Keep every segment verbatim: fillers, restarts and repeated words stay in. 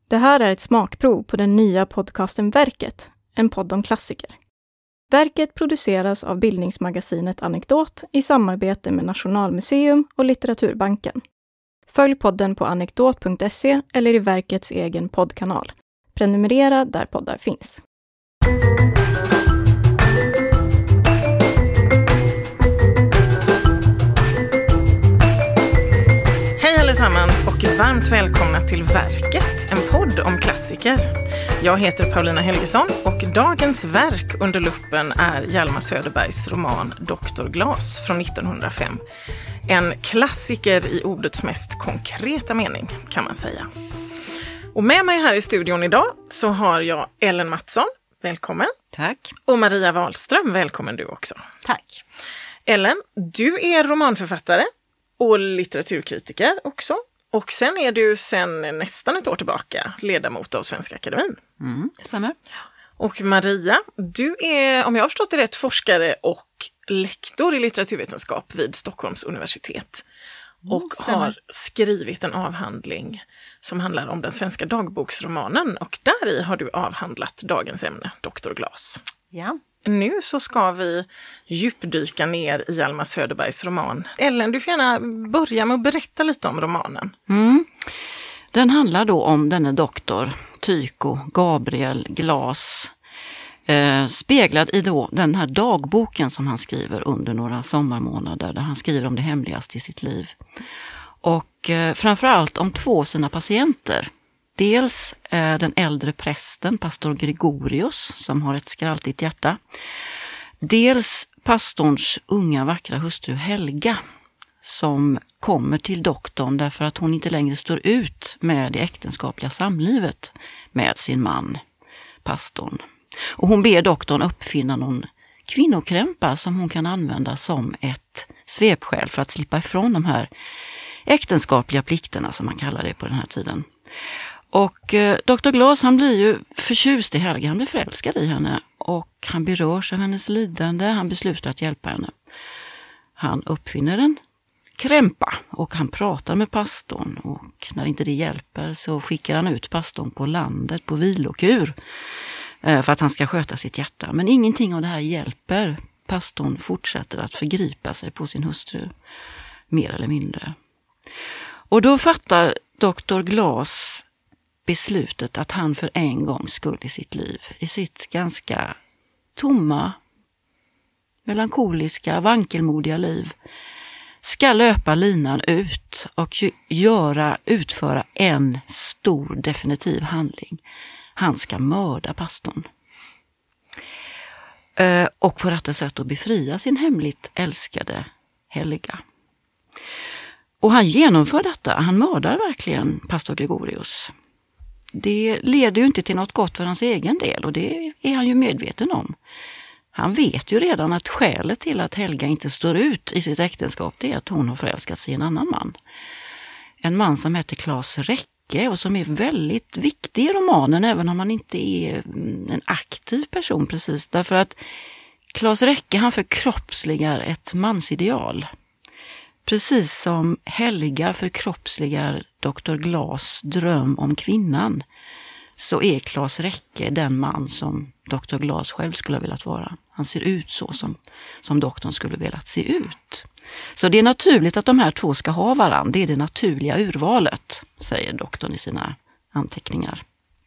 Det här är ett smakprov på den nya podcasten Verket, en podd om klassiker. Verket produceras av bildningsmagasinet Anekdot i samarbete med Nationalmuseum och Litteraturbanken. Följ podden på anekdot punkt se eller i Verkets egen poddkanal. Prenumerera där poddar finns. Allesammans och varmt välkomna till Verket, en podd om klassiker. Jag heter Paulina Helgesson och dagens verk under luppen är Hjalmar Söderbergs roman doktor Glas från nittonhundrafem. En klassiker i ordets mest konkreta mening kan man säga. Och med mig här i studion idag så har jag Ellen Mattsson, välkommen. Tack. Och Maria Wahlström, välkommen du också. Tack. Ellen, du är romanförfattare och litteraturkritiker också. Och sen är du sen nästan ett år tillbaka ledamot av Svenska Akademin. Mm, det stämmer. Och Maria, du är, om jag har förstått det rätt, forskare och lektor i litteraturvetenskap vid Stockholms universitet. Och mm, har skrivit en avhandling som handlar om den svenska dagboksromanen. Och där i har du avhandlat dagens ämne, doktor Glas. Ja. Nu så ska vi djupdyka ner i Hjalmar Söderbergs roman. Ellen, du får gärna börja med att berätta lite om romanen. Mm. Den handlar då om denne doktor, Tycho Gabriel Glas, eh, speglad i då den här dagboken som han skriver under några sommarmånader, där han skriver om det hemligaste i sitt liv. Och eh, framförallt om två av sina patienter. Dels eh, den äldre prästen, pastor Gregorius, som har ett skraltigt hjärta. Dels pastorns unga vackra hustru Helga, som kommer till doktorn därför att hon inte längre står ut med det äktenskapliga samlivet med sin man, pastorn. Och hon ber doktorn uppfinna någon kvinnokrämpa som hon kan använda som ett svepskäl för att slippa ifrån de här äktenskapliga plikterna, som man kallar det på den här tiden. Och eh, doktor Glas, han blir ju förtjust i Helga, han blir förälskad i henne och han berörs av hennes lidande, han beslutar att hjälpa henne. Han uppfinner en krämpa och han pratar med pastorn, och när inte det hjälper så skickar han ut pastorn på landet på vilokur eh, för att han ska sköta sitt hjärta. Men ingenting av det här hjälper. Pastorn fortsätter att förgripa sig på sin hustru, mer eller mindre. Och då fattar doktor Glas beslutet att han för en gång skull i sitt liv, i sitt ganska tomma, melankoliska, vankelmodiga liv, ska löpa linan ut och göra, utföra en stor definitiv handling. Han ska mörda pastorn. Och på detta sätt att befria sin hemligt älskade Helga. Och han genomför detta, han mördar verkligen pastor Gregorius. Det leder ju inte till något gott för hans egen del, och det är han ju medveten om. Han vet ju redan att skälet till att Helga inte står ut i sitt äktenskap, det är att hon har förälskat sig i en annan man. En man som heter Claes Räcke och som är väldigt viktig i romanen, även om han inte är en aktiv person precis. Därför att Claes Räcke, han förkroppsligar ett mansideal. Precis som Helga förkroppsligar doktor Glas dröm om kvinnan, så är Claes Räcke den man som doktor Glas själv skulle ha velat vara. Han ser ut så som, som doktorn skulle velat se ut. Så det är naturligt att de här två ska ha varann. Det är det naturliga urvalet, säger doktorn i sina anteckningar.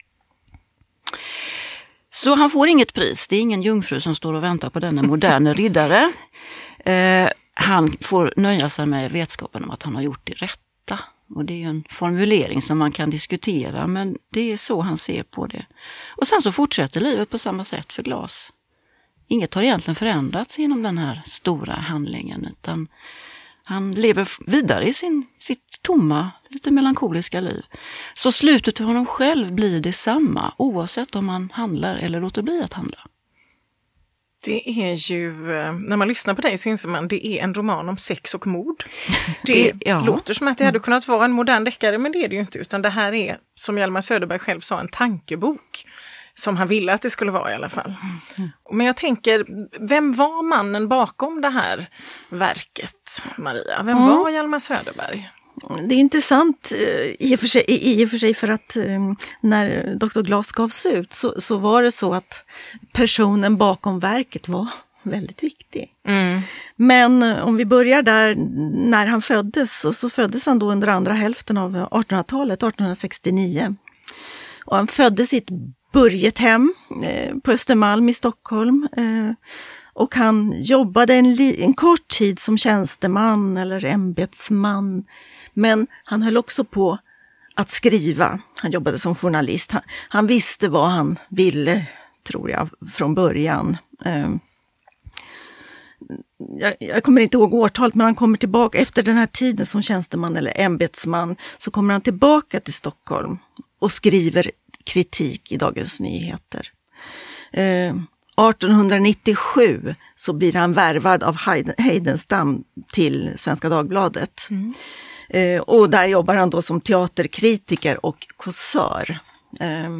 Så han får inget pris. Det är ingen jungfru som står och väntar på denna moderna riddare. Eh, Han får nöja sig med vetskapen om att han har gjort det rätta. Och det är ju en formulering som man kan diskutera, men det är så han ser på det. Och sen så fortsätter livet på samma sätt för Glas. Inget har egentligen förändrats inom den här stora handlingen, utan han lever vidare i sin, sitt tomma, lite melankoliska liv. Så slutet för honom själv blir detsamma, oavsett om han handlar eller låter bli att handla. Det är ju, när man lyssnar på dig så inser man, det är en roman om sex och mord. Det, det ja. låter som att det hade kunnat vara en modern deckare, men det är det ju inte. Utan det här är, som Hjalmar Söderberg själv sa, en tankebok. Som han ville att det skulle vara i alla fall. Mm. Men jag tänker, vem var mannen bakom det här verket, Maria? Vem mm. var Hjalmar Söderberg? det är intressant i och för sig, i och för, sig för att när doktor Glas gavs ut så, så var det så att personen bakom verket var väldigt viktig. Mm. Men om vi börjar där när han föddes, så, så föddes han då under andra hälften av artonhundratalet, arton sextionio. Och han föddes i ett budgethem eh, på Östermalm i Stockholm. Eh, och han jobbade en, li- en kort tid som tjänsteman eller ämbetsman. Men han höll också på att skriva. Han jobbade som journalist. Han, han visste vad han ville, tror jag, från början. Eh, Jag, jag kommer inte ihåg årtalet, men han kommer tillbaka efter den här tiden som tjänsteman eller ämbetsman, så kommer han tillbaka till Stockholm och skriver kritik i Dagens Nyheter. Eh, arton nittiosju så blir han värvad av Heidenstam till Svenska Dagbladet. Mm. Eh, och där jobbar han då som teaterkritiker och kåsör. Eh,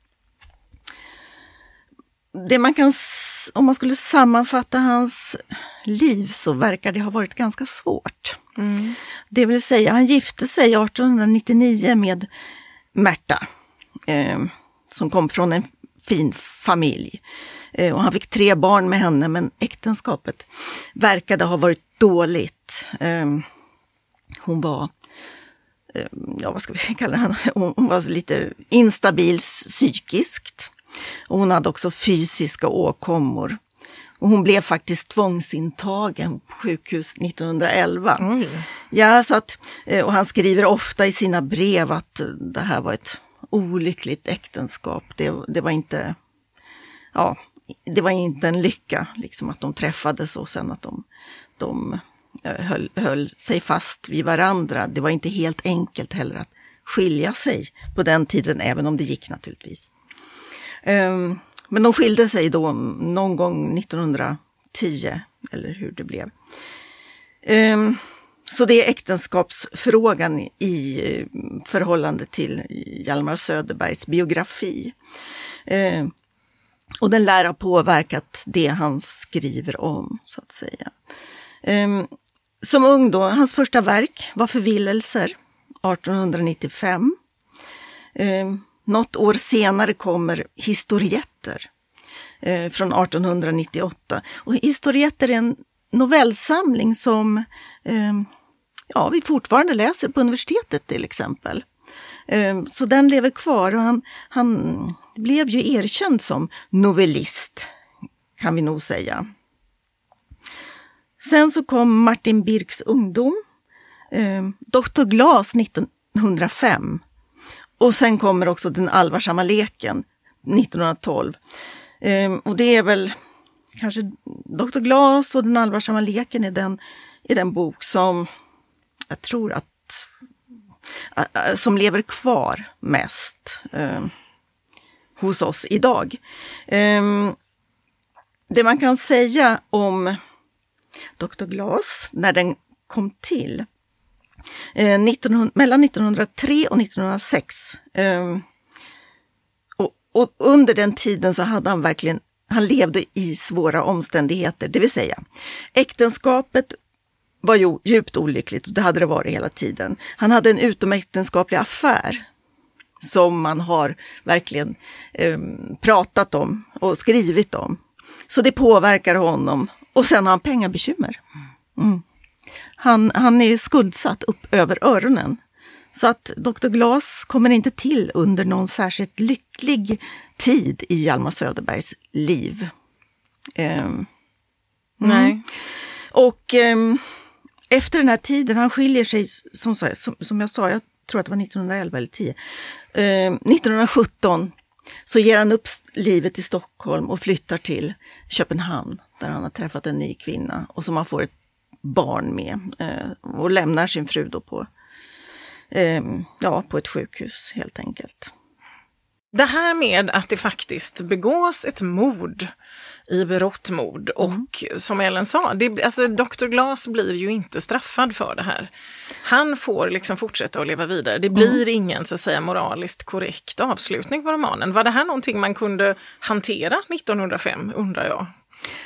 Det man kan, om man skulle sammanfatta hans liv så verkar det ha varit ganska svårt. Mm. Det vill säga, han gifte sig arton nittionio med Märta, eh, som kom från en fin familj. Eh, och han fick tre barn med henne, men äktenskapet verkade ha varit dåligt. Eh, hon var, eh, ja vad ska vi kalla henne, hon var lite instabil psykiskt. Och hon hade också fysiska åkommor. Och hon blev faktiskt tvångsintagen på sjukhus nittonhundraelva. Oj. Ja, så att, och han skriver ofta i sina brev att det här var ett olyckligt äktenskap. Det, det var inte, ja, det var inte en lycka liksom, att de träffades och sen att de, de höll, höll sig fast vid varandra. Det var inte helt enkelt heller att skilja sig på den tiden, även om det gick naturligtvis. Um, men de skilde sig då någon gång nittonhundratio, eller hur det blev. Um, så det är äktenskapsfrågan i förhållande till Hjalmar Söderbergs biografi. Um, och den lär ha påverkat det han skriver om, så att säga. Um, som ung då, hans första verk var Förvillelser, arton nittiofem. Um, Något år senare kommer Historietter eh, från arton nittioåtta. Och Historietter är en novellsamling som eh, ja, vi fortfarande läser på universitetet till exempel. Eh, så den lever kvar och han, han blev ju erkänd som novellist, kan vi nog säga. Sen så kom Martin Birks ungdom, eh, doktor Glas nittonhundrafem. Och sen kommer också Den allvarsamma leken nittonhundratolv. Ehm, och det är väl kanske doktor Glas och Den allvarsamma leken är den, är den bok som jag tror att äh, som lever kvar mest äh, hos oss idag. Ehm, det man kan säga om doktor Glas när den kom till Eh, nittonhundra, mellan nittonhundratre och nittonhundrasex. Eh, och, och under den tiden så hade han verkligen, han levde i svåra omständigheter. Det vill säga, äktenskapet var ju djupt olyckligt och det hade det varit hela tiden. Han hade en utomäktenskaplig affär som man har verkligen eh, pratat om och skrivit om. Så det påverkar honom. Och sen har han pengabekymmer. Mm. Han, han är skuldsatt upp över öronen. Så att doktor Glas kommer inte till under någon särskilt lycklig tid i Hjalmar Söderbergs liv. Um, Nej. Mm. Och um, efter den här tiden, han skiljer sig, som, som, som jag sa, jag tror att det var nittonhundraelva eller tio. Um, nittonhundrasjutton så ger han upp livet i Stockholm och flyttar till Köpenhamn. Där han har träffat en ny kvinna och som han får ett barn med eh, och lämnar sin fru då på, eh, ja, på ett sjukhus helt enkelt. Det här med att det faktiskt begås ett mord i brottmord och mm. som Ellen sa, det, alltså doktor Glas blir ju inte straffad för det här. Han får liksom fortsätta att leva vidare. Det blir mm. ingen så att säga moraliskt korrekt avslutning på romanen. Var det här någonting man kunde hantera nittonhundrafem, undrar jag?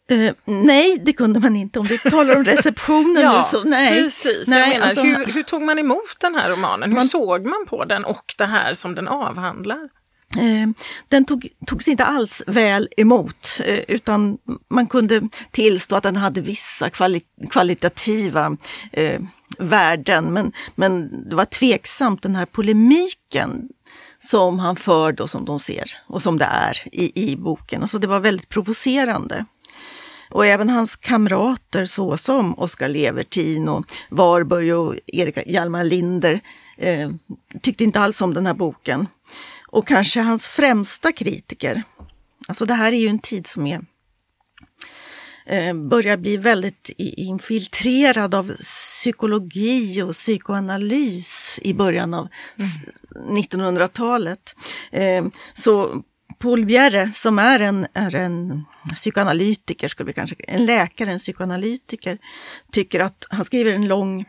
Uh, nej, det kunde man inte. Om vi talar om receptionen ja, nu så nej. Precis. nej jag menar, alltså, hur, hur tog man emot den här romanen? Hur man, såg man på den och det här som den avhandlar? Uh, den tog, togs inte alls väl emot, uh, utan man kunde tillstå att den hade vissa kvali- kvalitativa uh, värden, men, men det var tveksamt den här polemiken som han för då, som de ser och som det är i, i boken. Och så det var väldigt provocerande. Och även hans kamrater såsom Oskar Levertin och Warburg och Erika Hjalmar Linder eh, tyckte inte alls om den här boken. Och kanske hans främsta kritiker. Alltså det här är ju en tid som är eh, börjar bli väldigt infiltrerad av psykologi och psykoanalys i början av mm. nittonhundratalet. Eh, så Paul Bjerre som är en, är en psykoanalytiker, skulle vi kanske, en läkare, en psykoanalytiker, tycker att han skriver en lång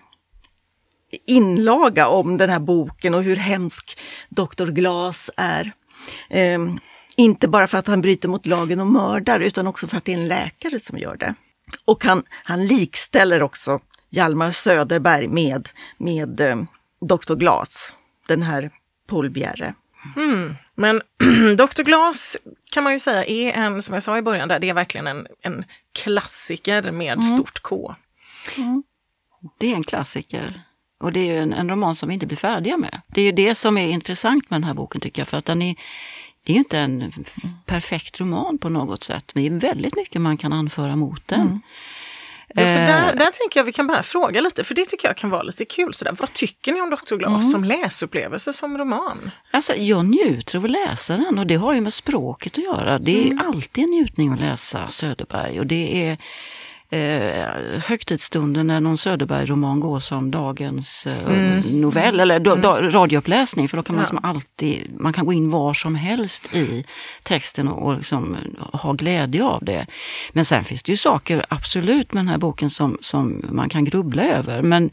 inlaga om den här boken och hur hemsk doktor Glas är. Eh, inte bara för att han bryter mot lagen och mördar, utan också för att det är en läkare som gör det. Och han, han likställer också Hjalmar Söderberg med, med eh, doktor Glas, den här Paul Bjerre. Mm. Men doktor Glas kan man ju säga är en, som jag sa i början, där det är verkligen en, en klassiker med mm. stort K. Mm. Det är en klassiker. Och det är ju en, en roman som vi inte blir färdiga med. Det är ju det som är intressant med den här boken, tycker jag. För att den är, det är ju inte en perfekt roman på något sätt. Men det är väldigt mycket man kan anföra mot den. Mm. Ja, för där, där tänker jag vi kan bara fråga lite, för det tycker jag kan vara lite kul. Sådär. Vad tycker ni om doktor Glas mm. som läsupplevelse, som roman? Alltså, jag njuter av att läsa den, och det har ju med språket att göra. Det är mm. alltid en njutning att läsa Söderberg, och det är eh, högtidsstunden när någon Söderberg-roman går som dagens eh, mm. novell eller do, do, radiouppläsning, för då kan man ja. liksom alltid, man kan gå in var som helst i texten och, och liksom ha glädje av det. Men sen finns det ju saker absolut med den här boken som, som man kan grubbla över, men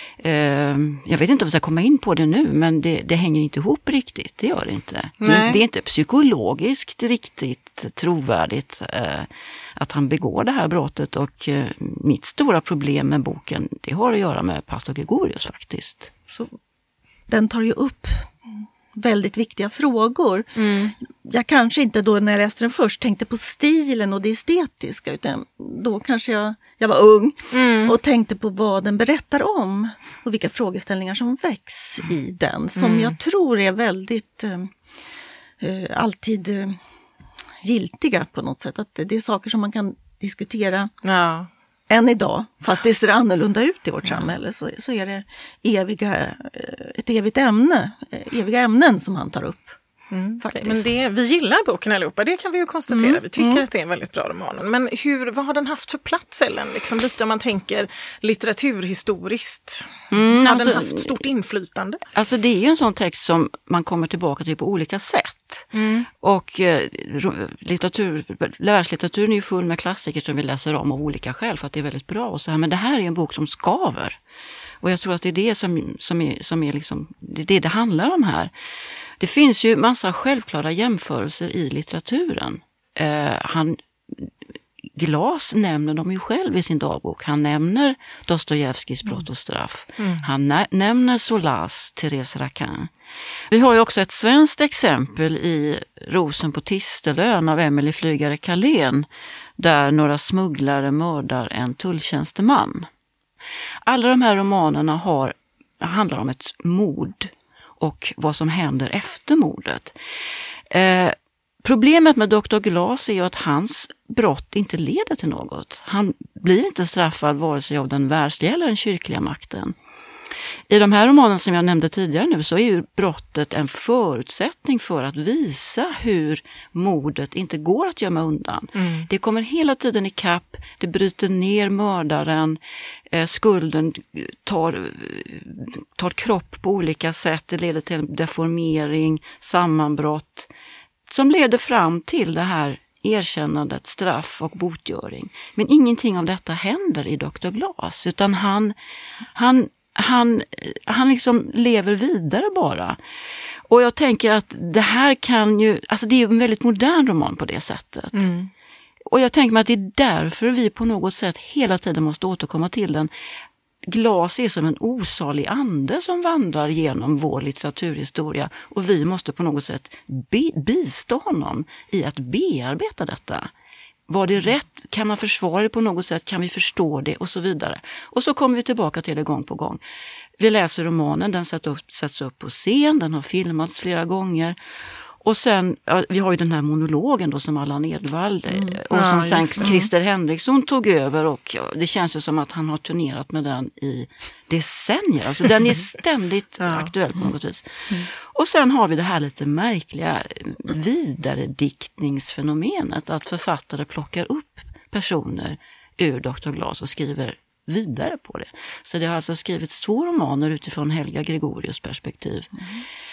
mm. eh, jag vet inte om jag ska komma in på det nu, men det, det hänger inte ihop riktigt, det gör det inte. Det, det är inte psykologiskt riktigt trovärdigt eh, att han begår det här brottet, och eh, mitt stora problem med boken, det har att göra med pastor Gregorius faktiskt. Så, den tar ju upp väldigt viktiga frågor. Mm. Jag kanske inte då när jag läste den först tänkte på stilen och det estetiska, utan då kanske jag, jag var ung mm. och tänkte på vad den berättar om och vilka frågeställningar som väcks i den, som mm. jag tror är väldigt eh, eh, alltid eh, giltiga på något sätt. Att det är saker som man kan diskutera ja. än idag. Fast det ser annorlunda ut i vårt ja. samhälle, så, så är det eviga, ett evigt ämne, eviga ämnen som han tar upp. Mm. Men det, vi gillar boken allihopa, det kan vi ju konstatera. Mm. Vi tycker mm. att det är en väldigt bra roman. Men hur, vad har den haft för plats, Ellen? Liksom lite om man tänker litteraturhistoriskt. Mm, har alltså, den haft stort inflytande? Alltså det är ju en sån text som man kommer tillbaka till på olika sätt. Mm. Och eh, litteratur, världslitteraturen är ju full med klassiker som vi läser om av olika skäl för att det är väldigt bra. Och så här. Men det här är en bok som skaver. Och jag tror att det är det som, som, är, som är liksom, det, är det det handlar om här. Det finns ju massa självklara jämförelser i litteraturen. Eh, han, Glas nämner dem ju själv i sin dagbok. Han nämner Dostojevskijs Brott och straff. Mm. Han nä- nämner Zolas Thérèse Raquin. Vi har ju också ett svenskt exempel i Rosen på Tistelön av Emelie Flygare Carlén, där några smugglare mördar en tulltjänsteman. Alla de här romanerna har, handlar om ett mord och vad som händer efter mordet. Eh, problemet med doktor Glas är ju att hans brott inte leder till något. Han blir inte straffad vare sig av den världsliga eller den kyrkliga makten. I de här romanerna som jag nämnde tidigare nu så är ju brottet en förutsättning för att visa hur mordet inte går att gömma undan. Mm. Det kommer hela tiden i kapp, det bryter ner mördaren, eh, skulden tar, tar kropp på olika sätt, det leder till deformering, sammanbrott som leder fram till det här erkännandet, straff och botgöring. Men ingenting av detta händer i doktor Glas, utan han, han Han, han liksom lever vidare bara. Och jag tänker att det här kan ju, alltså det är ju en väldigt modern roman på det sättet. Mm. Och jag tänker mig att det är därför vi på något sätt hela tiden måste återkomma till den. Glas är som en osalig ande som vandrar genom vår litteraturhistoria och vi måste på något sätt be, bistå honom i att bearbeta detta. Var det rätt? Kan man försvara det på något sätt? Kan vi förstå det? Och så vidare. Och så kommer vi tillbaka till det gång på gång. Vi läser romanen, den sätts upp, sätts upp på scen, den har filmats flera gånger. Och sen, ja, vi har ju den här monologen då som Allan Edwall mm. och ja, som sen det. Christer Henriksson tog över och ja, det känns ju som att han har turnerat med den i decennier. Alltså den är ständigt ja. aktuell på något vis. Mm. Och sen har vi det här lite märkliga vidarediktningsfenomenet att författare plockar upp personer ur doktor Glas och skriver vidare på det. Så det har alltså skrivits två romaner utifrån Helga Gregorius perspektiv. Mm.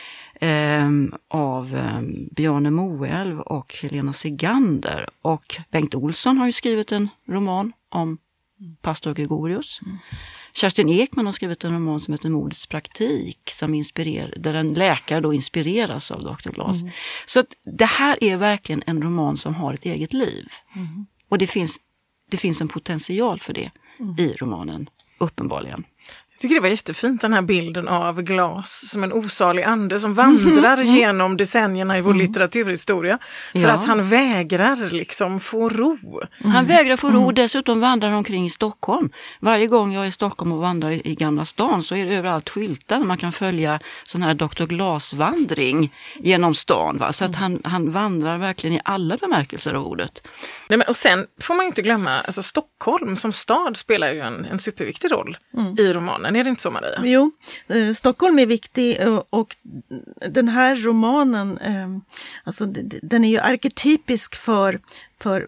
Um, av um, Bjarne Moelv och Helena Segander. Och Bengt Olsson har ju skrivit en roman om pastor Gregorius. Mm. Kerstin Ekman har skrivit en roman som heter Modets praktik som inspirerar, där en läkare då inspireras av doktor Glas. Mm. Så att det här är verkligen en roman som har ett eget liv. Mm. Och det finns, det finns en potential för det mm. i romanen, uppenbarligen. Jag tycker det var jättefint, den här bilden av Glas som en osalig ande som vandrar mm. genom decennierna i vår mm. litteraturhistoria. För ja. att han vägrar liksom få ro. Mm. Han vägrar få ro, mm. dessutom vandrar han omkring i Stockholm. Varje gång jag är i Stockholm och vandrar i Gamla stan så är det överallt skyltar. Man kan följa sån här doktor Glas-vandring genom stan. Va? Så att han, han vandrar verkligen i alla bemärkelser av ordet. Nej, men, och sen får man ju inte glömma, alltså Stockholm som stad spelar ju en, en superviktig roll mm. i romanen. Är det inte så, Maria? Jo, eh, Stockholm är viktig och, och den här romanen, eh, alltså d- den är ju arketypisk för, för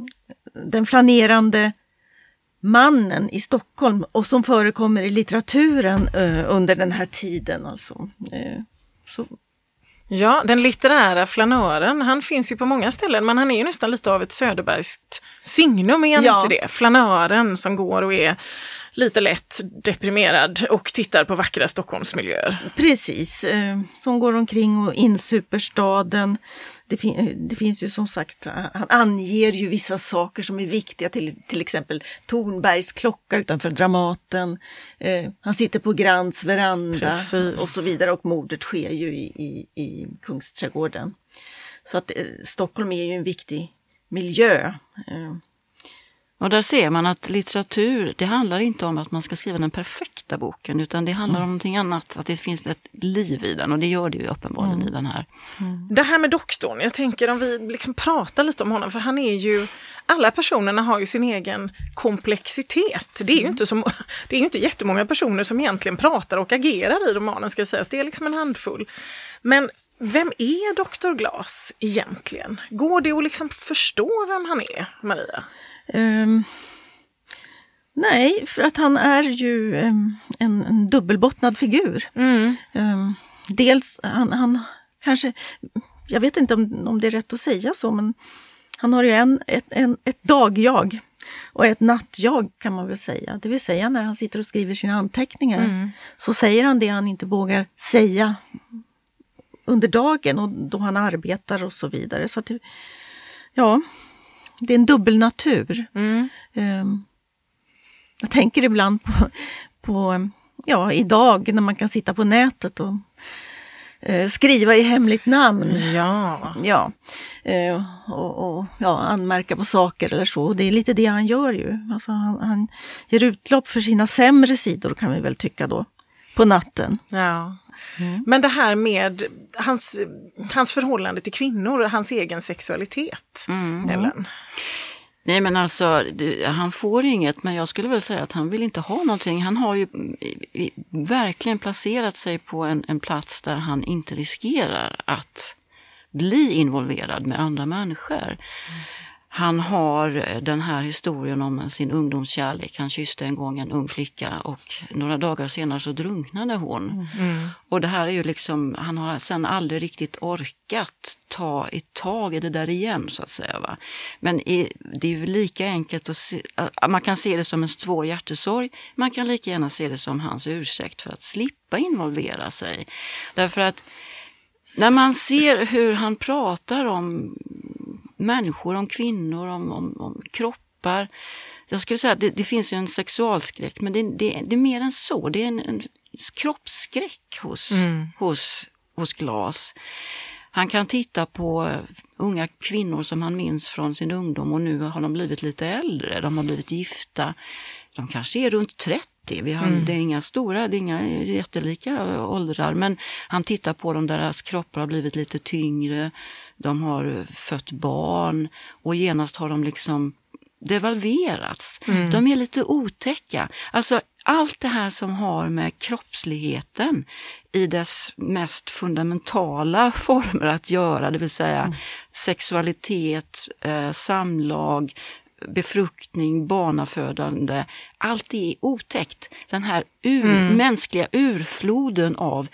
den flanerande mannen i Stockholm och som förekommer i litteraturen eh, under den här tiden. Alltså. Eh, så. Ja, den litterära flanören, han finns ju på många ställen, men han är ju nästan lite av ett söderbergskt signum, är ja. inte det? Flanören som går och är lite lätt deprimerad och tittar på vackra Stockholmsmiljöer. Precis, eh, som går omkring och insuper staden. Det, fin- det finns ju som sagt, han anger ju vissa saker som är viktiga, till, till exempel Tornbergs klocka utanför Dramaten. Eh, han sitter på Grants veranda. Precis. Och så vidare, och mordet sker ju i, i, i Kungsträdgården. Så att eh, Stockholm är ju en viktig miljö. Eh, Och där ser man att litteratur, det handlar inte om att man ska skriva den perfekta boken, utan det handlar mm. om någonting annat, att det finns ett liv i den, och det gör det ju uppenbarligen mm. i den här. Mm. Det här med doktorn, jag tänker om vi liksom pratar lite om honom, för han är ju, alla personerna har ju sin egen komplexitet. Det är ju inte, som, det är ju inte jättemånga personer som egentligen pratar och agerar i romanen, ska sägas. Det är liksom en handfull. Men vem är doktor Glas egentligen? Går det att liksom förstå vem han är, Maria? Um, nej, för att han är ju um, en, en dubbelbottnad figur. Mm. Um, dels, han, han kanske, jag vet inte om, om det är rätt att säga så, men han har ju en, ett, en, ett dagjag och ett nattjag, kan man väl säga. Det vill säga när han sitter och skriver sina anteckningar mm. så säger han det han inte vågar säga under dagen och då han arbetar och så vidare. Så att det, ja... Det är en dubbelnatur. Mm. Um, jag tänker ibland på, på ja, idag när man kan sitta på nätet och uh, skriva i hemligt namn. Ja. Ja. Uh, och, och ja, anmärka på saker eller så. Det är lite det han gör ju. Alltså han, han ger utlopp för sina sämre sidor, kan vi väl tycka då, på natten. Ja. Mm. Men det här med hans, hans förhållande till kvinnor och hans egen sexualitet, mm. Ellen? Nej, men alltså, det, han får inget, men jag skulle väl säga att han vill inte ha någonting. Han har ju i, i, verkligen placerat sig på en, en plats där han inte riskerar att bli involverad med andra människor. Mm. Han har den här historien om sin ungdomskärlek. Han kysste en gång en ung flicka och några dagar senare så drunknade hon. Mm. Och det här är ju liksom, han har sen aldrig riktigt orkat ta i tag i det där igen, så att säga. Va? Men i, det är ju lika enkelt att se, man kan se det som en svår hjärtesorg. Man kan lika gärna se det som hans ursäkt för att slippa involvera sig. Därför att när man ser hur han pratar om människor, om kvinnor, om, om, om kroppar. Jag skulle säga att det, det finns ju en sexualskräck, men det, det, det är mer än så. Det är en, en kroppsskräck hos, mm. hos, hos Glas. Han kan titta på unga kvinnor som han minns från sin ungdom och nu har de blivit lite äldre. De har blivit gifta. De kanske är runt trettio. Vi har, mm. Det är inga stora, det är inga jättelika åldrar. Men han tittar på dem, deras kroppar har blivit lite tyngre. De har fött barn och genast har de liksom devalverats. Mm. De är lite otäcka. Alltså allt det här som har med kroppsligheten i dess mest fundamentala former att göra, det vill säga mm. sexualitet, eh, samlag, befruktning, barnafödande, allt det är otäckt. Den här ur, mm. mänskliga urfloden av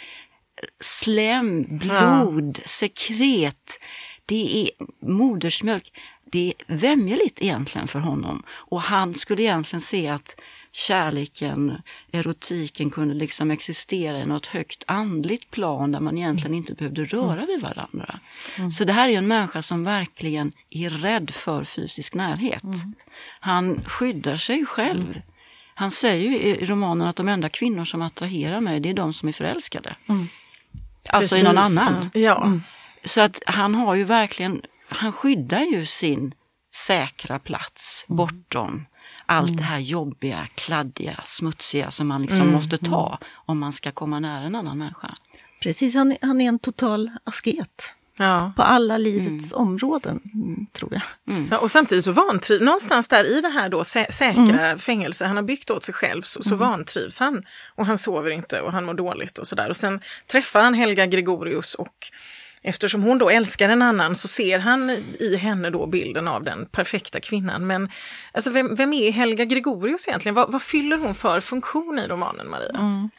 slem, blod, ja. sekret, det är modersmjölk. Det är vämjeligt egentligen för honom. Och han skulle egentligen se att kärleken, erotiken kunde liksom existera i något högt andligt plan där man egentligen inte behövde röra vid varandra. Mm. Så det här är en människa som verkligen är rädd för fysisk närhet. Mm. Han skyddar sig själv. Mm. Han säger ju i romanen att de enda kvinnor som attraherar mig, det är de som är förälskade. Mm. Alltså Precis. I någon annan. Ja. Mm. Så att han har ju verkligen, han skyddar ju sin säkra plats mm. bortom allt mm. det här jobbiga, kladdiga, smutsiga som man liksom mm. måste ta om man ska komma nära en annan människa. Precis, han, han är en total asket. Ja. På alla livets mm. områden, tror jag. Mm. Ja, och samtidigt så vantrivs, någonstans där i det här då sä- säkra mm. fängelse han har byggt åt sig själv, så, så mm. vantrivs han. Och han sover inte och han mår dåligt och sådär. Och sen träffar han Helga Gregorius och eftersom hon då älskar en annan så ser han i henne då bilden av den perfekta kvinnan. Men alltså, vem, vem är Helga Gregorius egentligen? Vad, vad fyller hon för funktion i romanen, Maria? Mm.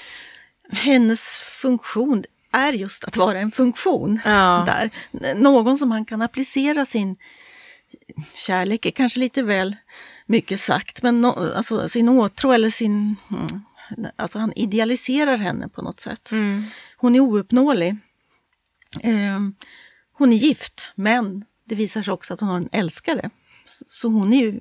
Hennes funktion är just att vara en funktion ja. där. Någon som han kan applicera sin kärlek, är kanske lite väl mycket sagt, men no, alltså sin åtrå eller sin... Mm, alltså han idealiserar henne på något sätt. Mm. Hon är ouppnåelig. Um, hon är gift, men det visar sig också att hon har en älskare. Så hon är ju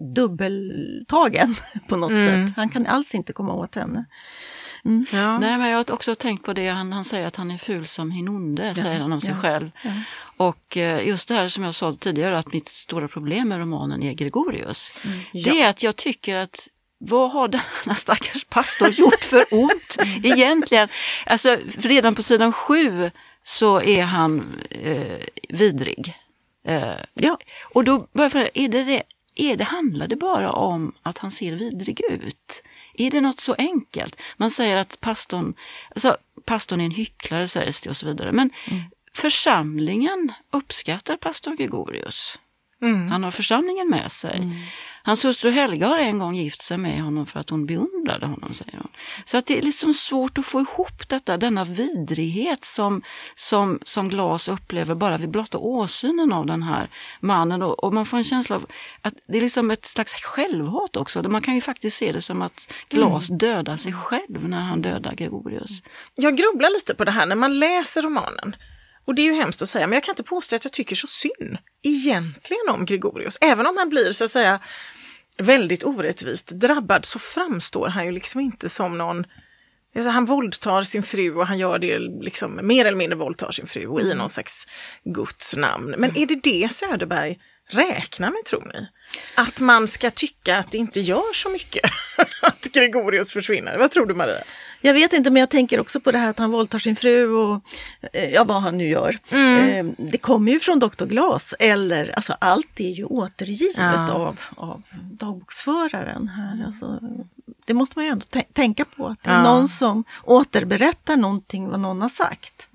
dubbeltagen på något mm. sätt. Han kan alls inte komma åt henne. Mm. Ja. Nej, men jag har också tänkt på det. Han, han säger att han är ful som hinonde, ja. säger han om sig ja. själv. Ja. Och eh, just det här som jag sa tidigare, att mitt stora problem med romanen är Gregorius. Mm. Ja. Det är att jag tycker att vad har denna stackars pastor gjort för ont egentligen? Alltså redan på sidan sju så är han eh, vidrig. Eh, ja. Och då börjar är det, det, är det handlar det bara om att han ser vidrig ut? Är det något så enkelt? Man säger att pastorn, alltså, pastorn är en hycklare, sägs det och så vidare. Men mm. församlingen uppskattar pastor Gregorius. Mm. Han har församlingen med sig. Mm. Hans hustru Helga har en gång gift sig med honom för att hon beundrade honom, säger hon. Så att det är liksom svårt att få ihop detta, denna vidrighet som, som, som Glas upplever bara vid blotta åsynen av den här mannen. Och, och man får en känsla av att det är liksom ett slags självhat också. Man kan ju faktiskt se det som att Glas mm. dödar sig själv när han dödar Gregorius. Jag grubblar lite på det här när man läser romanen. Och det är ju hemskt att säga, men jag kan inte påstå att jag tycker så synd egentligen om Gregorius. Även om han blir så att säga väldigt orättvist drabbad, så framstår han ju liksom inte som någon... Alltså, han våldtar sin fru och han gör det liksom mer eller mindre våldtar sin fru och i någon slags Guds namn. Men är det det Söderberg räknar med, tror ni? Att man ska tycka att det inte gör så mycket att Gregorius försvinner. Vad tror du, Maria? Jag vet inte, men jag tänker också på det här att han våldtar sin fru och ja, vad han nu gör. Mm. Det kommer ju från doktor Glas, eller alltså allt är ju återgivet ja. av, av dagboksföraren här. Alltså, det måste man ju ändå t- tänka på, att det är ja. någon som återberättar någonting vad någon har sagt.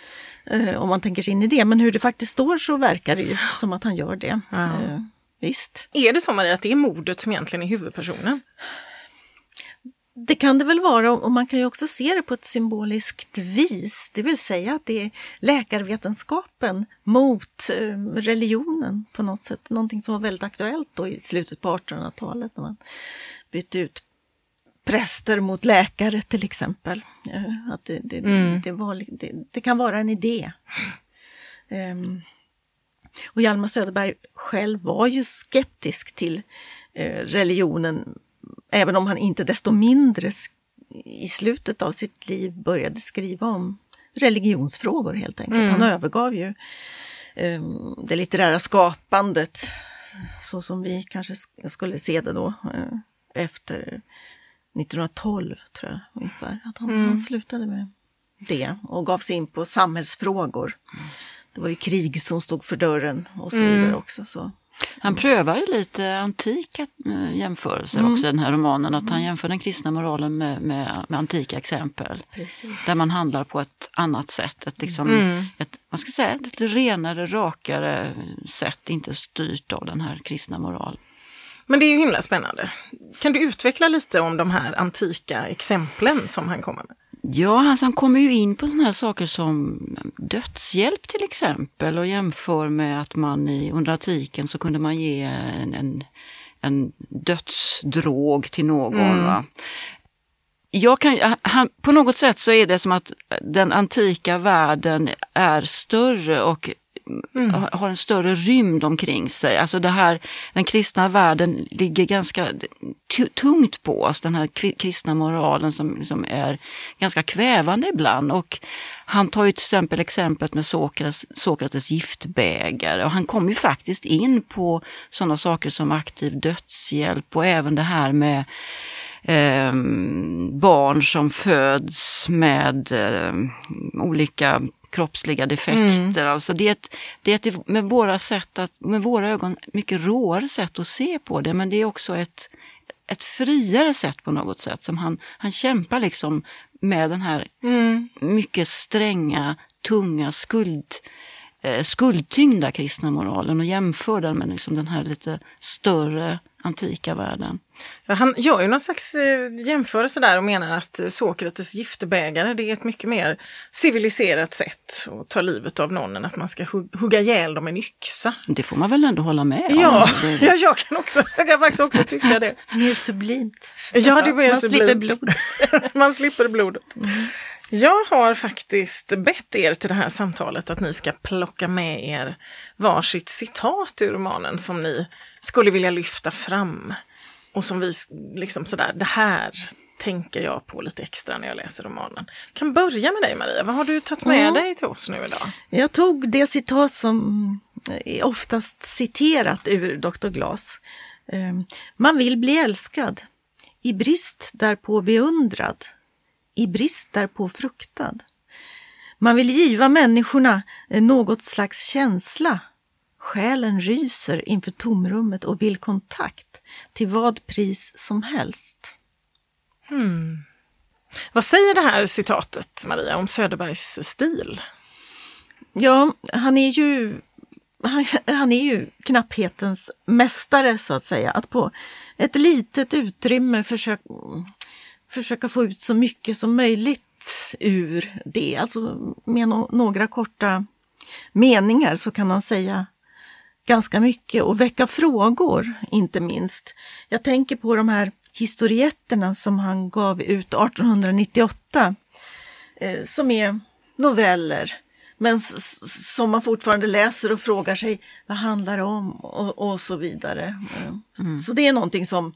Mm. Uh, om man tänker sig in i det, men hur det faktiskt står så verkar det ju som att han gör det. Ja. Uh, visst. Är det så, Maria, att det är mordet som egentligen är huvudpersonen? Det kan det väl vara, och man kan ju också se det på ett symboliskt vis. Det vill säga att det är läkarvetenskapen mot religionen på något sätt. Någonting som var väldigt aktuellt då i slutet på artonhundratalet när man bytte ut präster mot läkare till exempel. Att det, det, mm. det, var, det, det kan vara en idé. Um, Och Hjalmar Söderberg själv var ju skeptisk till eh, religionen, även om han inte desto mindre i slutet av sitt liv började skriva om religionsfrågor helt enkelt. Mm. Han övergav ju eh, det litterära skapandet så som vi kanske skulle se det då eh, efter nittonhundratolv tror jag ungefär. Att han, mm. han slutade med det och gav sig in på samhällsfrågor. Mm. Det var ju krig som stod för dörren och så vidare mm. också. Så. Han prövar ju lite antika jämförelser mm. också i den här romanen. Att han jämför den kristna moralen med, med, med antika exempel. Precis. Där man handlar på ett annat sätt. Ett, liksom, mm. ett, man ska säga, ett lite renare, rakare sätt. Inte styrt av den här kristna moralen. Men det är ju himla spännande. Kan du utveckla lite om de här antika exemplen som han kommer med? Ja, alltså han kommer ju in på sådana här saker som dödshjälp till exempel och jämför med att man i under antiken så kunde man ge en, en, en dödsdrog till någon. Mm. Va? Jag kan, han, på något sätt så är det som att den antika världen är större och Mm. har en större rymd omkring sig. Alltså det här, den kristna världen ligger ganska t- tungt på oss. Den här kristna moralen som, som är ganska kvävande ibland. Och han tar ju till exempel exemplet med Sokrates, Sokrates giftbägare. Och han kommer ju faktiskt in på sådana saker som aktiv dödshjälp och även det här med eh, barn som föds med eh, olika kroppsliga defekter. Mm. Alltså det är ett, det är ett med våra sätt att, med våra ögon mycket råare sätt att se på det, men det är också ett, ett friare sätt på något sätt som han, han kämpar liksom med den här mm. mycket stränga, tunga, skuld, eh, skuldtyngda kristna moralen och jämför den med liksom den här lite större antika världen. Ja, han gör ju någon slags jämförelse där och menar att Sokrates giftbägare, det är ett mycket mer civiliserat sätt att ta livet av någon än att man ska hugga ihjäl dem med en yxa. Det får man väl ändå hålla med om. Ja, det det. ja jag, kan också, jag kan faktiskt också tycka det. Mer sublimt. Ja, det är mer man sublimt. Slipper blodet. Man slipper blodet. Mm. Jag har faktiskt bett er till det här samtalet att ni ska plocka med er varsitt citat ur romanen som ni skulle vilja lyfta fram. Och som vi liksom sådär, det här tänker jag på lite extra när jag läser romanen. Jag kan börja med dig Maria, vad har du tagit med mm. dig till oss nu idag? Jag tog det citat som är oftast citerat ur doktor Glas. Man vill bli älskad, i brist därpå beundrad, i brist därpå fruktad. Man vill giva människorna något slags känsla. Själen ryser inför tomrummet och vill kontakt till vad pris som helst. Hmm. Vad säger det här citatet, Maria, om Söderbergs stil? Ja, han är ju han, han är ju knapphetens mästare så att säga. Att på ett litet utrymme försöka, försöka få ut så mycket som möjligt ur det. Alltså med no, några korta meningar så kan man säga ganska mycket och väcka frågor, inte minst. Jag tänker på de här historietterna som han gav ut artonhundranittioåtta eh, som är noveller men s- som man fortfarande läser och frågar sig vad handlar det om och, och så vidare. Mm. Så det är någonting som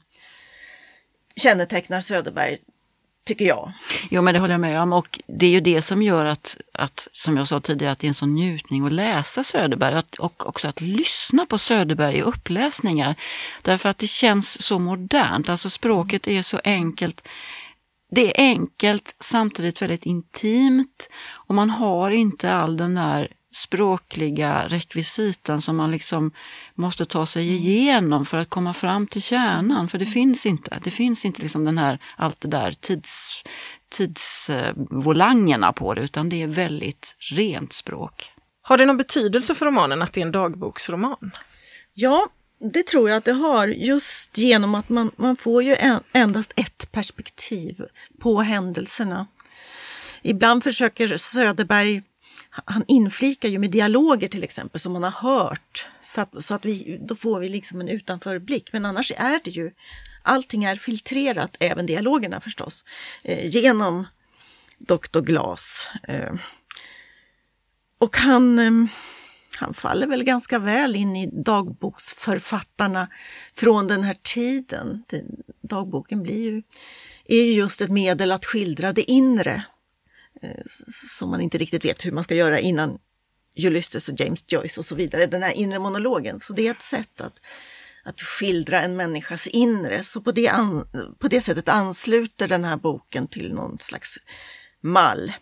kännetecknar Söderberg, tycker jag. Jo, men det håller jag med om, och det är ju det som gör att, att som jag sa tidigare, att det är en sån njutning att läsa Söderberg att, och också att lyssna på Söderberg i uppläsningar. Därför att det känns så modernt, alltså språket är så enkelt. Det är enkelt, samtidigt väldigt intimt, och man har inte all den där språkliga rekvisitan som man liksom måste ta sig igenom för att komma fram till kärnan, för det finns inte. Det finns inte liksom den här, allt det där tids, tidsvolangerna på det, utan det är väldigt rent språk. Har det någon betydelse för romanen att det är en dagboksroman? Ja, det tror jag att det har, just genom att man, man får ju en, endast ett perspektiv på händelserna. Ibland försöker Söderberg, han inflikar ju med dialoger till exempel som man har hört, för att, så att vi, då får vi liksom en utanförblick. Men annars är det ju, allting är filtrerat, även dialogerna förstås, eh, genom doktor Glas. Eh, och han, eh, han faller väl ganska väl in i dagboksförfattarna från den här tiden. Det, dagboken blir ju, är ju just ett medel att skildra det inre eh, som man inte riktigt vet hur man ska göra innan Ulysses och James Joyce och så vidare, den här inre monologen. Så det är ett sätt att, att skildra en människas inre. Så på det, an, på det sättet ansluter den här boken till någon slags mall.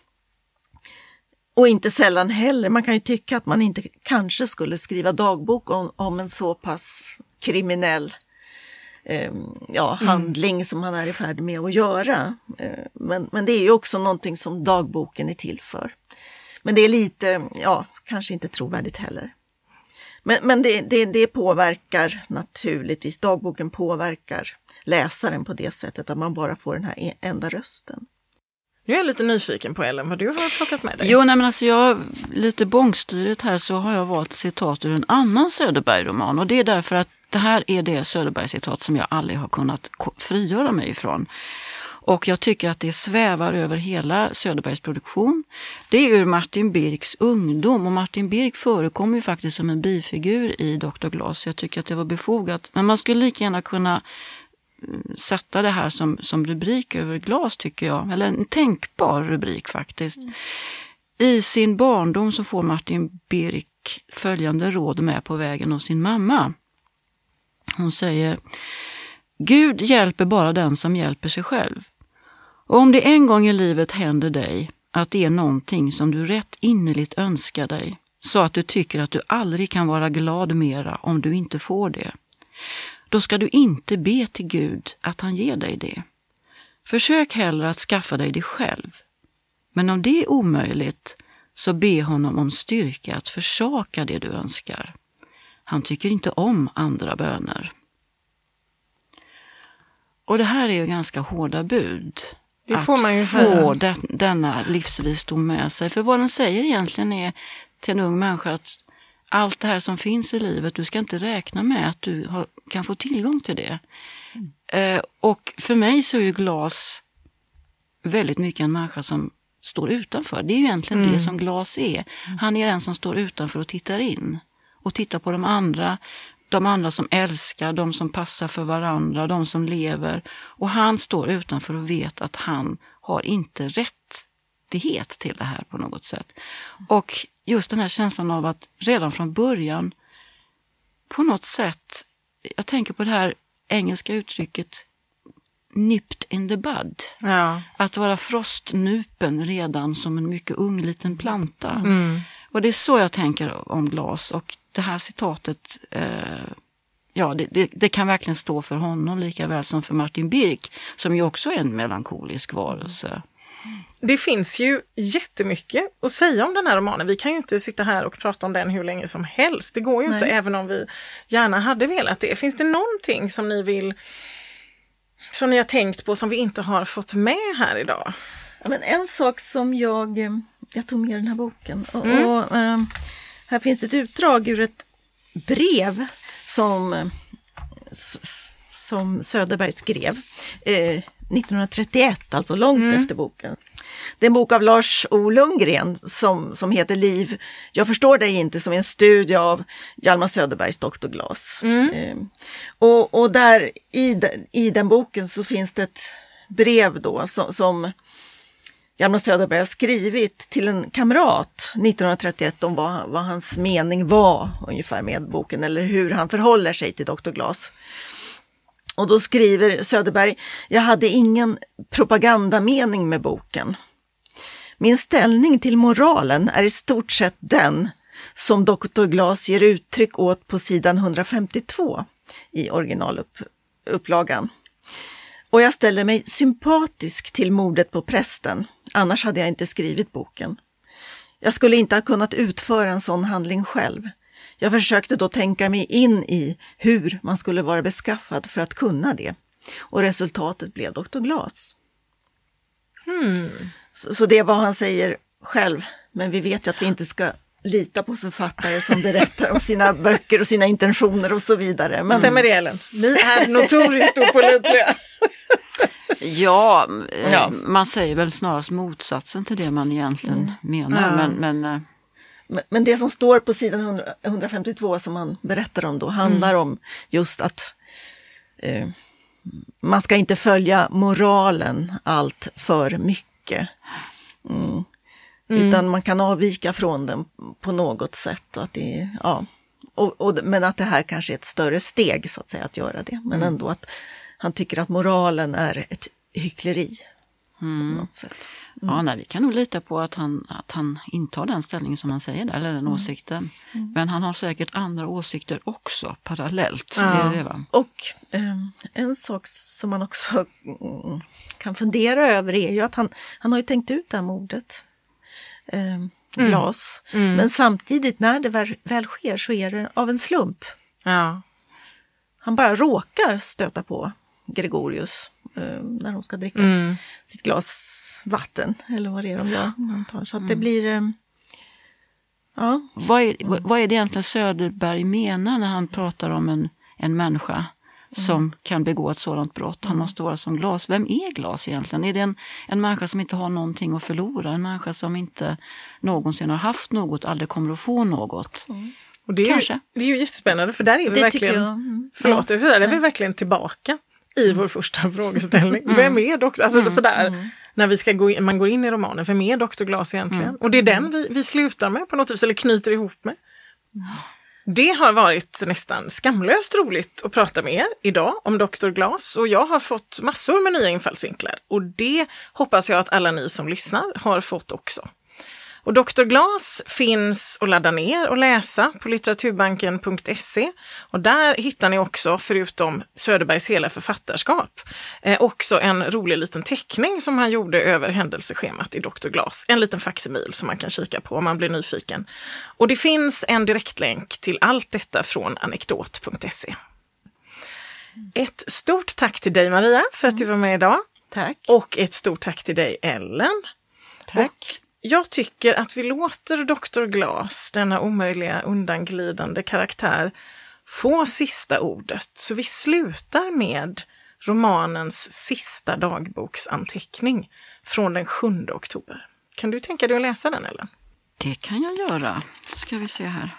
Och inte sällan heller, man kan ju tycka att man inte kanske skulle skriva dagbok om, om en så pass kriminell eh, ja, mm. handling som man är i färd med att göra. Eh, men, men det är ju också någonting som dagboken är till för. Men det är lite, ja, kanske inte trovärdigt heller. Men, men det, det, det påverkar naturligtvis, dagboken påverkar läsaren på det sättet att man bara får den här enda rösten. Nu är jag lite nyfiken på Ellen, vad du har plockat med dig. Jo, nej, men alltså jag, lite bångstyret här så har jag valt citat ur en annan Söderberg-roman. Och det är därför att det här är det Söderberg-citat som jag aldrig har kunnat frigöra mig ifrån. Och jag tycker att det svävar över hela Söderbergs produktion. Det är ur Martin Birks ungdom, och Martin Birk förekommer ju faktiskt som en bifigur i doktor Glas. Jag tycker att det var befogat. Men man skulle lika gärna kunna sätta det här som, som rubrik över Glas, tycker jag. Eller en tänkbar rubrik faktiskt. Mm. I sin barndom så får Martin Birk följande råd med på vägen av sin mamma. Hon säger: Gud hjälper bara den som hjälper sig själv. Och om det en gång i livet händer dig att det är någonting som du rätt innerligt önskar dig, så att du tycker att du aldrig kan vara glad mera om du inte får det, då ska du inte be till Gud att han ger dig det. Försök hellre att skaffa dig det själv. Men om det är omöjligt, så be honom om styrka att försaka det du önskar. Han tycker inte om andra böner. Och det här är ju ganska hårda bud. Det får man ju att säga. Få den, denna livsvisdom med sig. För vad den säger egentligen är till en ung människa att allt det här som finns i livet, du ska inte räkna med att du har, kan få tillgång till det. Mm. Eh, och för mig så är ju Glas väldigt mycket en människa som står utanför. Det är ju egentligen mm. det som Glas är. Han är den som står utanför och tittar in. Och tittar på de andra. De andra som älskar, de som passar för varandra, de som lever. Och han står utanför och vet att han har inte rättighet till det här på något sätt. Och just den här känslan av att redan från början på något sätt, jag tänker på det här engelska uttrycket nipped in the bud. Ja. Att vara frostnupen redan som en mycket ung liten planta. Mm. Och det är så jag tänker om Glas. Och det här citatet, eh, ja det, det, det kan verkligen stå för honom lika väl som för Martin Birk, som ju också är en melankolisk varelse. Det finns ju jättemycket att säga om den här romanen. Vi kan ju inte sitta här och prata om den hur länge som helst. Det går ju Nej. inte, även om vi gärna hade velat det. Finns det någonting som ni vill, som ni har tänkt på som vi inte har fått med här idag? Ja, men en sak som jag, jag tog med den här boken. Och, Mm. och um, här finns ett utdrag ur ett brev som, som Söderberg skrev eh, nittonhundratrettioett, alltså långt mm. efter boken. Det är en bok av Lars O. Lundgren som, som heter Liv. Jag förstår dig inte, som är en studie av Hjalmar Söderbergs doktor Glas. Mm. Eh, och, och där i, de, i den boken så finns det ett brev då som, som Hjalmar Söderberg har skrivit till en kamrat nittonhundratrettioett om vad, vad hans mening var ungefär med boken, eller hur han förhåller sig till doktor Glas. Och då skriver Söderberg: jag hade ingen propagandamening med boken. Min ställning till moralen är i stort sett den som doktor Glas ger uttryck åt på sidan hundrafemtiotvå i originalupplagan. Och jag ställer mig sympatisk till mordet på prästen, annars hade jag inte skrivit boken. Jag skulle inte ha kunnat utföra en sån handling själv. Jag försökte då tänka mig in i hur man skulle vara beskaffad för att kunna det. Och resultatet blev doktor Glas. Hmm. Så, så det är vad han säger själv. Men vi vet ju att vi inte ska lita på författare som berättar om sina böcker och sina intentioner och så vidare. Men... Stämmer det, Ellen? Ni är notoriskt opålitliga. Ja, ja, man säger väl snarast motsatsen till det man egentligen mm. menar. Ja. Men, men, Men, men det som står på sidan hundrafemtiotvå som man berättar om då handlar mm. om just att eh, man ska inte följa moralen allt för mycket. Mm. Mm. Utan man kan avvika från den på något sätt. Och att det, ja, och, och, men att det här kanske är ett större steg så att säga att göra det. Men mm. ändå att han tycker att moralen är ett hyckleri. Mm. På något sätt. Mm. Ja, nej, vi kan nog lita på att han, att han intar den ställningen som han säger, eller den mm. åsikten. Mm. Men han har säkert andra åsikter också, parallellt. Ja. Det är det, va? Och eh, en sak som man också mm, kan fundera över är ju att han, han har ju tänkt ut det här mordet. Eh, glas. Mm. Mm. Men samtidigt när det väl, väl sker så är det av en slump. Ja. Han bara råkar stöta på Gregorius eh, när de ska dricka mm. sitt glas vatten, eller vad det är de gör. Antar. Så att det blir... Eh, ja. Vad är, vad är det egentligen Söderberg menar när han pratar om en, en människa mm. som kan begå ett sådant brott? Han måste vara som glas. Vem är glas egentligen? Är det en, en människa som inte har någonting att förlora? En människa som inte någonsin har haft något, aldrig kommer att få något? Mm. Och det är, ju, det är ju jättespännande, för där är vi det verkligen... Mm. Förlåt, ja. så där, är vi verkligen tillbaka i vår första frågeställning. Mm. Vem är doktor? Alltså mm. sådär... Mm. När vi ska gå in, man går in i romanen, vem är doktor Glas egentligen? Mm. Och det är den vi, vi slutar med på något vis, eller knyter ihop med. Mm. Det har varit nästan skamlöst roligt att prata med er idag om doktor Glas. Och jag har fått massor med nya infallsvinklar. Och det hoppas jag att alla ni som lyssnar har fått också. Och doktor Glas finns att ladda ner och läsa på litteraturbanken punkt se. Och där hittar ni också, förutom Söderbergs hela författarskap, eh, också en rolig liten teckning som han gjorde över händelseschemat i doktor Glas. En liten facsimil som man kan kika på om man blir nyfiken. Och det finns en direktlänk till allt detta från anekdot punkt se. Ett stort tack till dig, Maria, för att du var med idag. Tack. Och ett stort tack till dig, Ellen. Tack. Och jag tycker att vi låter doktor Glas, denna omöjliga undanglidande karaktär, få sista ordet. Så vi slutar med romanens sista dagboksanteckning från den sjunde oktober. Kan du tänka dig att läsa den, Ellen? Det kan jag göra. Ska vi se här.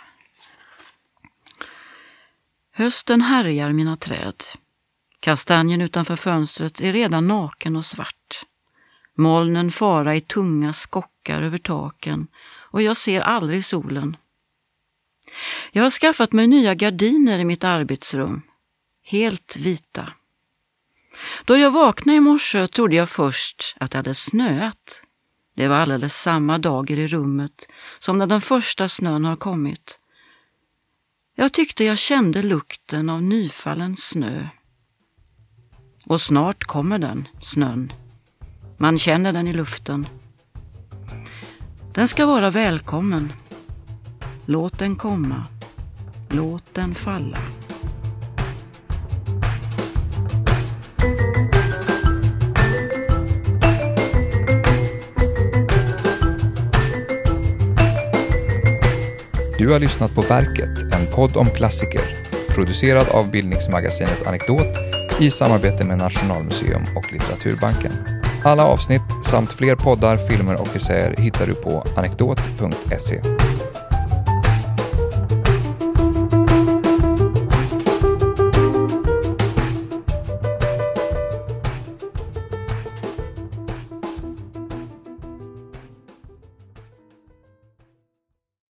Hösten härjar mina träd. Kastanjen utanför fönstret är redan naken och svart. Molnen fara i tunga skockar över taken och jag ser aldrig solen. Jag har skaffat mig nya gardiner i mitt arbetsrum. Helt vita. Då jag vaknade i morse trodde jag först att det hade snöat. Det var alldeles samma dagar i rummet som när den första snön har kommit. Jag tyckte jag kände lukten av nyfallen snö. Och snart kommer den, snön. Man känner den i luften. Den ska vara välkommen. Låt den komma. Låt den falla. Du har lyssnat på Verket, en podd om klassiker. Producerad av bildningsmagasinet Anekdot i samarbete med Nationalmuseum och Litteraturbanken. Alla avsnitt samt fler poddar, filmer och essäer hittar du på anekdot punkt se.